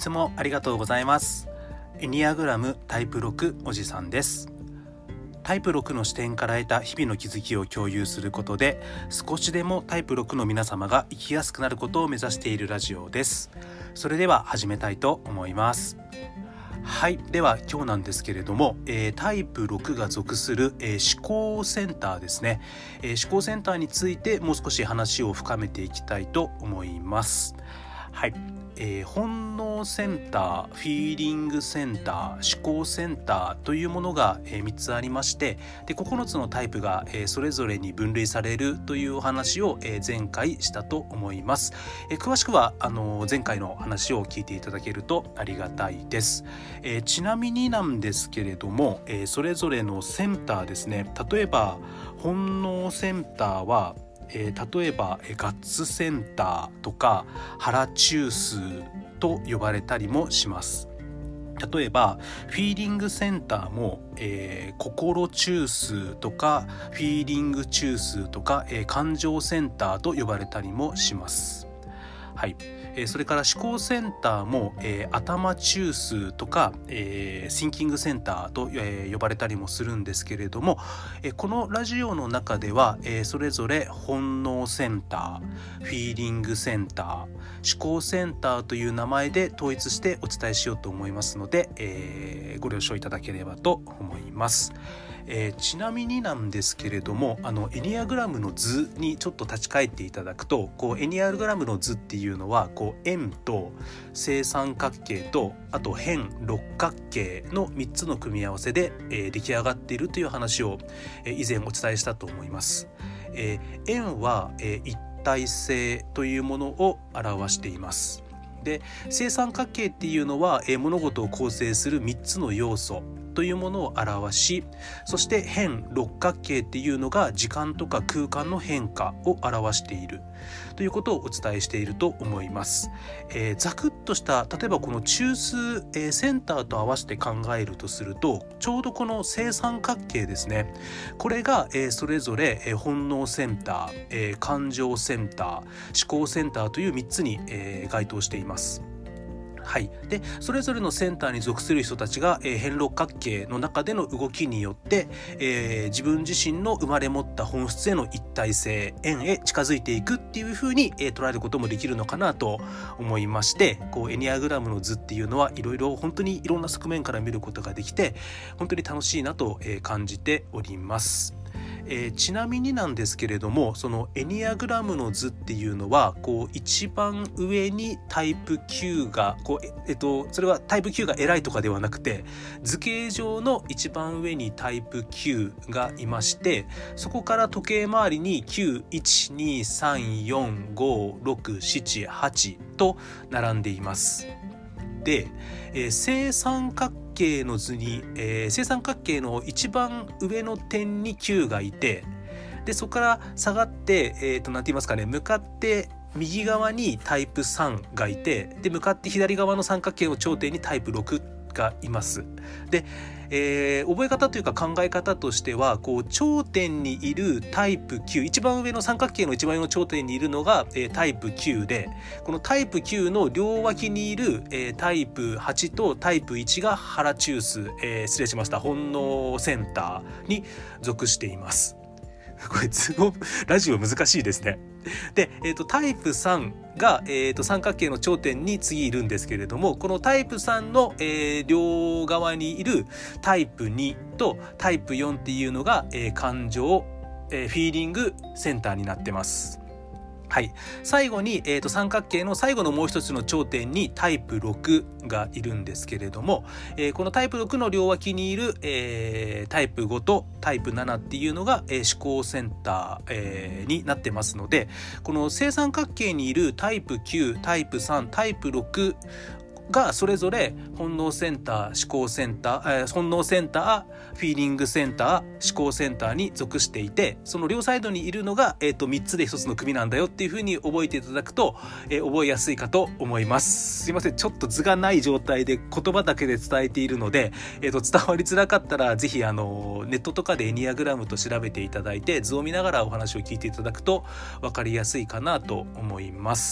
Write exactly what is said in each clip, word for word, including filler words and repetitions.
つもありがとうございます。エニアグラムタイプろくおじさんです。タイプろくの視点から得た日々の気づきを共有することで、少しでもタイプろくの皆様が生きやすくなることを目指しているラジオです。それでは始めたいと思います。はい、では今日なんですけれども、えー、タイプろくが属する、えー、思考センターですね、えー、思考センターについてもう少し話を深めていきたいと思います。はい、えー、本能センター、フィーリングセンター、思考センターというものが、えー、みっつありまして、でここのつのタイプが、えー、それぞれに分類されるというお話を、えー、前回したと思います。えー、詳しくはあのー、前回の話を聞いていただけるとありがたいです。えー、ちなみになんですけれども、えー、それぞれのセンターですね、例えば本能センターはえー、例えばガッツセンターとか腹中枢と呼ばれたりもします。例えばフィーリングセンターも、えー、心中枢とかフィーリング中枢とか、えー、感情センターと呼ばれたりもします。はい、えー、それから思考センターも、えー、頭中枢とか、えー、シンキングセンターと、えー、呼ばれたりもするんですけれども、えー、このラジオの中では、えー、それぞれ本能センター、フィーリングセンター、思考センターという名前で統一してお伝えしようと思いますので、えー、ご了承いただければと思います。えー、ちなみになんですけれども、あのエニアグラムの図にちょっと立ち返っていただくと、こうエニアグラムの図っていうのはこう円と正三角形とあと辺六角形のみっつの組み合わせで、えー、出来上がっているという話を、えー、以前お伝えしたと思います。えー、円は、えー、一体性というものを表しています。で、正三角形っていうのは、えー、物事を構成するみっつの要素というものを表し、そして辺六角形っていうのが時間とか空間の変化を表しているということをお伝えしていると思います。えー、ざくっとした例えばこの中枢、えー、センターと合わせて考えるとすると、ちょうどこの正三角形ですね、これが、えー、それぞれ、えー、本能センター、えー、感情センター、思考センターというみっつに、えー、該当しています。はい、でそれぞれのセンターに属する人たちが、えー、辺六角形の中での動きによって、えー、自分自身の生まれ持った本質への一体性、円へ近づいていくっていう風に、えー、捉えることもできるのかなと思いまして、こうエニアグラムの図っていうのはいろいろ本当にいろんな側面から見ることができて、本当に楽しいなと、えー、感じております。えー、ちなみになんですけれども、そのエニアグラムの図っていうのはこう一番上にタイプきゅうがこう、ええっと、それはタイプきゅうが偉いとかではなくて、図形上の一番上にタイプきゅうがいまして、そこから時計回りにきゅう、いち、に、さん、よん、ご、ろく、なな、はちと並んでいます。で、えー、正三角形の図に、えー、正三角形の一番上の点にきゅうがいて、でそこから下がって、えー、となんて言いますかね、向かって右側にタイプさんがいて、で向かって左側の三角形の頂点にタイプろくがいます。で、えー、覚え方というか考え方としては、こう頂点にいるタイプきゅう、一番上の三角形の一番上の頂点にいるのが、えー、タイプきゅうで、このタイプきゅうの両脇にいる、えー、タイプはちとタイプいちが腹中枢、えー、失礼しました、本能センターに属しています。これ図のラジオ難しいですね。で、えー、とタイプさんが、えー、と三角形の頂点に次いるんですけれども、このタイプさんの、えー、両側にいるタイプにとタイプよんっていうのが、えー、感情、えー、フィーリングセンターになってます。はい、最後に、えー、と三角形の最後のもう一つの頂点にタイプろくがいるんですけれども、えー、このタイプろくの両脇にいる、えー、タイプごとタイプななっていうのが、えー、思考センター、えー、になってますので、この正三角形にいるタイプきゅう、タイプさん、タイプろくがそれぞれ本能センター、思考センター、えー、本能センター、フィーリングセンター、思考センターに属していて、その両サイドにいるのが、えー、とみっつでひとつの組なんだよっていう風に覚えていただくと、えー、覚えやすいかと思います。すいません、ちょっと図がない状態で言葉だけで伝えているので、えー、と伝わりづらかったらぜひあのネットとかでエニアグラムと調べていただいて、図を見ながらお話を聞いていただくと分かりやすいかなと思います。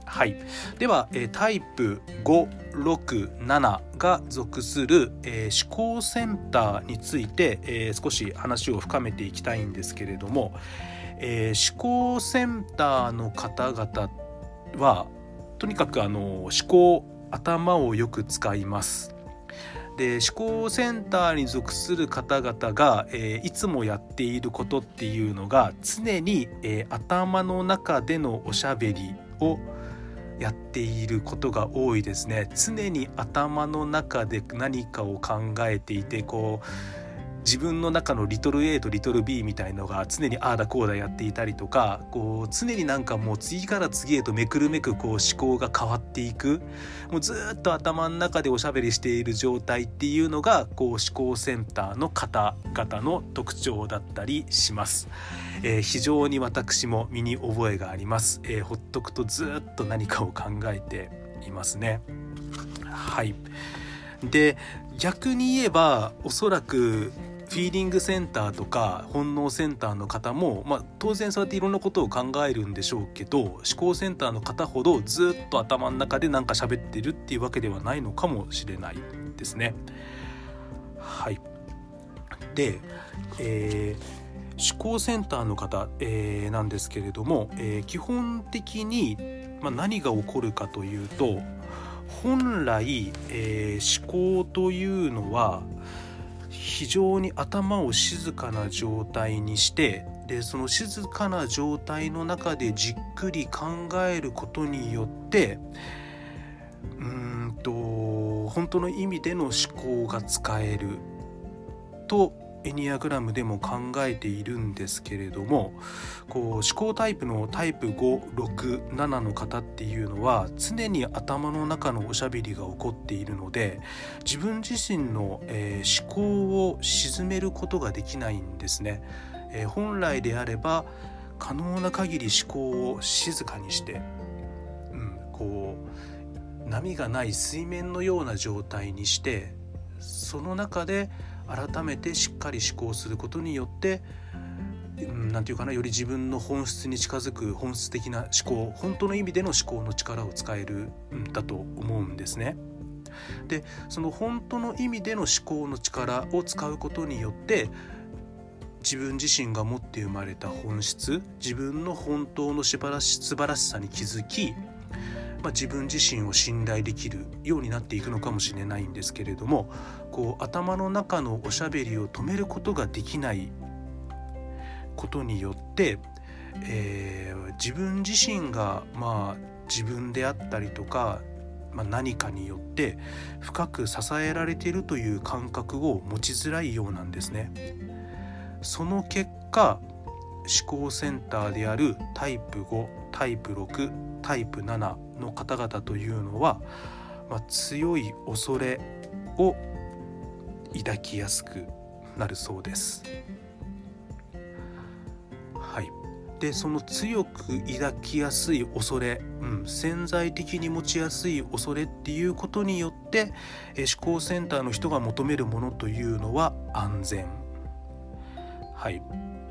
はい、では、えー、タイプご、ろく、ななが属する、えー、思考センターについて、えー、少し話を深めていきたいんですけれども、えー、思考センターの方々はとにかくあの思考頭をよく使います。で、思考センターに属する方々が、えー、いつもやっていることっていうのが常に、えー、頭の中でのおしゃべりをやっていることが多いですね。常に頭の中で何かを考えていて、こう自分の中のリトル A とリトル B みたいのが常にああだこうだやっていたりとか、こう常になんかもう次から次へとめくるめくこう思考が変わっていく、もうずっと頭の中でおしゃべりしている状態っていうのがこう思考センターの方々の特徴だったりします。えー、非常に私も身に覚えがあります。えー、ほっとくとずっと何かを考えていますね。はい。で、逆に言えばおそらくフィーリングセンターとか本能センターの方も、まあ、当然そうやっていろんなことを考えるんでしょうけど、思考センターの方ほどずっと頭の中で何か喋ってるっていうわけではないのかもしれないですね。はい。で、えー、思考センターの方、えー、なんですけれども、えー、基本的に、まあ、何が起こるかというと、本来、えー、思考というのは非常に頭を静かな状態にして、でその静かな状態の中でじっくり考えることによってうーんと本当の意味での思考が使えるとエニアグラムでも考えているんですけれども、こう思考タイプのタイプご、ろく、ななの方っていうのは常に頭の中のおしゃべりが起こっているので、自分自身の、えー、思考を鎮めることができないんですね。えー、本来であれば可能な限り思考を静かにして、うん、こう波がない水面のような状態にして、その中で改めてしっかり思考することによって、なんていうかな、より自分の本質に近づく本質的な思考、本当の意味での思考の力を使えるんだと思うんですね。で、その本当の意味での思考の力を使うことによって自分自身が持って生まれた本質、自分の本当の素晴らし、素晴らしさに気づき、まあ、自分自身を信頼できるようになっていくのかもしれないんですけれども、こう頭の中のおしゃべりを止めることができないことによって、えー、自分自身がまあ自分であったりとか、まあ、何かによって深く支えられているという感覚を持ちづらいようなんですね。その結果、思考センターであるタイプご、タイプろく、タイプななの方々というのは、まあ、強い恐れを抱きやすくなるそうです。はい。で、その強く抱きやすい恐れ、うん、潜在的に持ちやすい恐れっていうことによって、え思考センターの人が求めるものというのは安全。はい。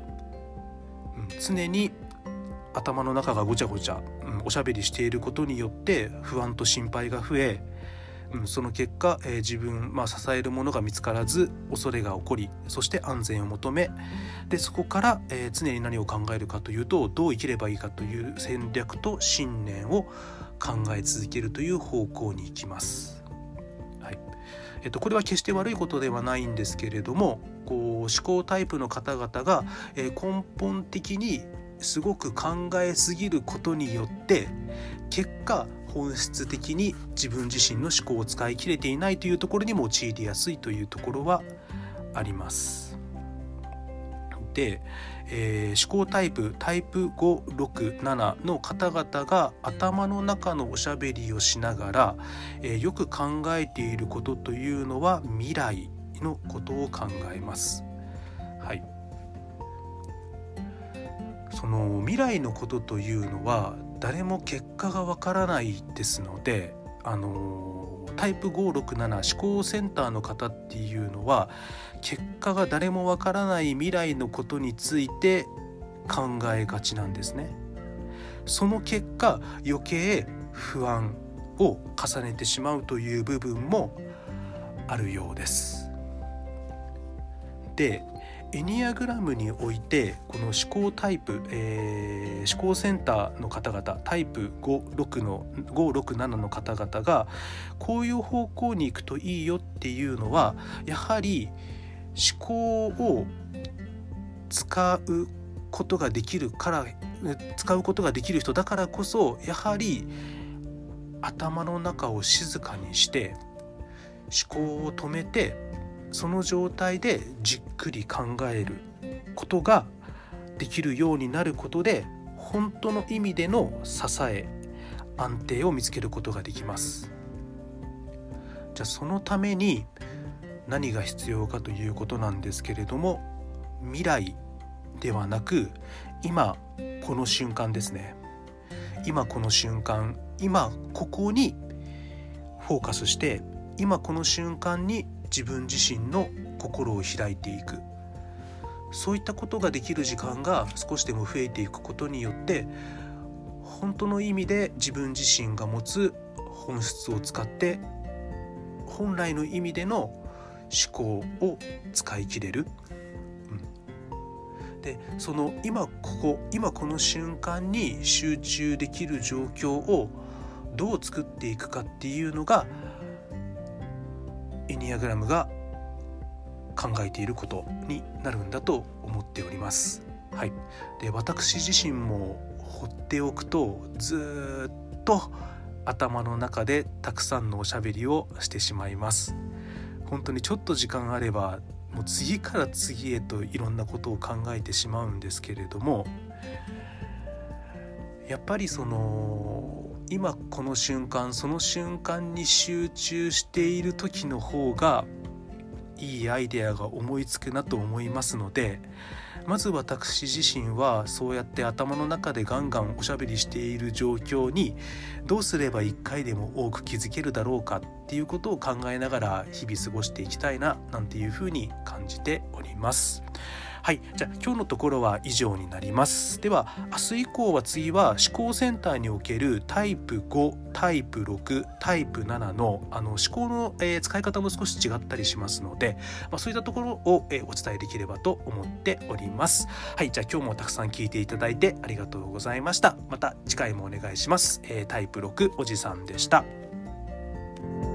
常に頭の中がごちゃごちゃ、うん、おしゃべりしていることによって不安と心配が増え、うん、その結果、えー、自分、まあ、支えるものが見つからず恐れが起こり、そして安全を求め、でそこから、えー、常に何を考えるかというと、どう生きればいいかという戦略と信念を考え続けるという方向に行きます。はい。えっと、これは決して悪いことではないんですけれども、こう思考タイプの方々が、えー、根本的にすごく考えすぎることによって結果本質的に自分自身の思考を使い切れていないというところにも陥りやすいというところはあります。で、えー、思考タイプタイプご、ろく、ななの方々が頭の中のおしゃべりをしながら、えー、よく考えていることというのは未来のことを考えます。はい。その未来のことというのは誰も結果がわからないですので、あのタイプご、ろく、なな思考センターの方っていうのは結果が誰もわからない未来のことについて考えがちなんですね。その結果余計不安を重ねてしまうという部分もあるようです。で、エニアグラムにおいてこの思考タイプ、えー、思考センターの方々、タイプご、ろくのご、ろく、ななの方々がこういう方向に行くといいよっていうのは、やはり思考を使うことができるから使うことができる人だからこそ、やはり頭の中を静かにして思考を止めて、その状態でじっくり考えることができるようになることで、本当の意味での支え、安定を見つけることができます。じゃあそのために何が必要かということなんですけれども、未来ではなく今この瞬間ですね。今この瞬間、今ここにフォーカスして、今この瞬間に自分自身の心を開いていく、そういったことができる時間が少しでも増えていくことによって、本当の意味で自分自身が持つ本質を使って本来の意味での思考を使い切れる、うん、でその今ここ今この瞬間に集中できる状況をどう作っていくかっていうのがエニアグラムが考えていることになるんだと思っております。はい、で私自身も放っておくとずっと頭の中でたくさんのおしゃべりをしてしまいます。本当にちょっと時間あればもう次から次へといろんなことを考えてしまうんですけれども、やっぱりその今この瞬間その瞬間に集中している時の方がいいアイデアが思いつくなと思いますので、まず私自身はそうやって頭の中でガンガンおしゃべりしている状況にどうすれば一回でも多く気づけるだろうかっていうことを考えながら日々過ごしていきたいななんていうふうに感じております。はい、じゃあ今日のところは以上になります。では明日以降は次は思考センターにおけるタイプご、タイプろく、タイプななの、あの思考の、えー、使い方も少し違ったりしますので、まあ、そういったところを、えー、お伝えできればと思っております。はい、じゃあ今日もたくさん聞いていただいてありがとうございました。また次回もお願いします。えー、タイプろくおじさんでした。